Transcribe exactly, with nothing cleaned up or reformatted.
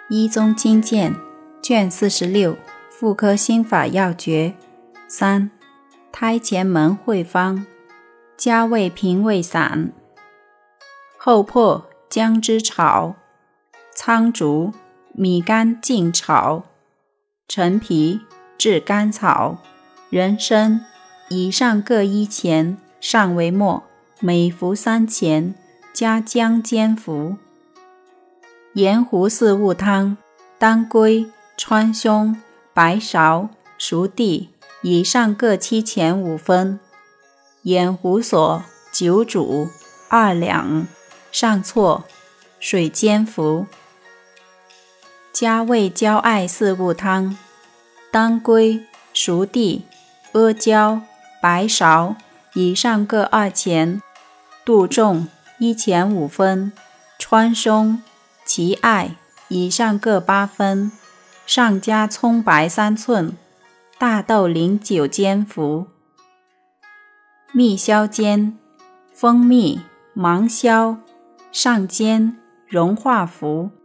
医宗经鉴卷四十六妇科心法要诀三胎前门会方加味平胃散厚朴姜汁炒苍竹米干净炒陈皮炙甘草人参以上各一钱上为末每服三钱加姜煎服盐胡四物汤当归川芎白芍熟地以上各七钱五分盐胡索酒煮二两上错水煎服加味焦艾四物汤当归熟地阿胶白芍以上各二钱杜仲一钱五分川芎荠艾以上各八分上加葱白三寸大豆零九煎服蜜消煎蜂蜜芒硝上煎融化服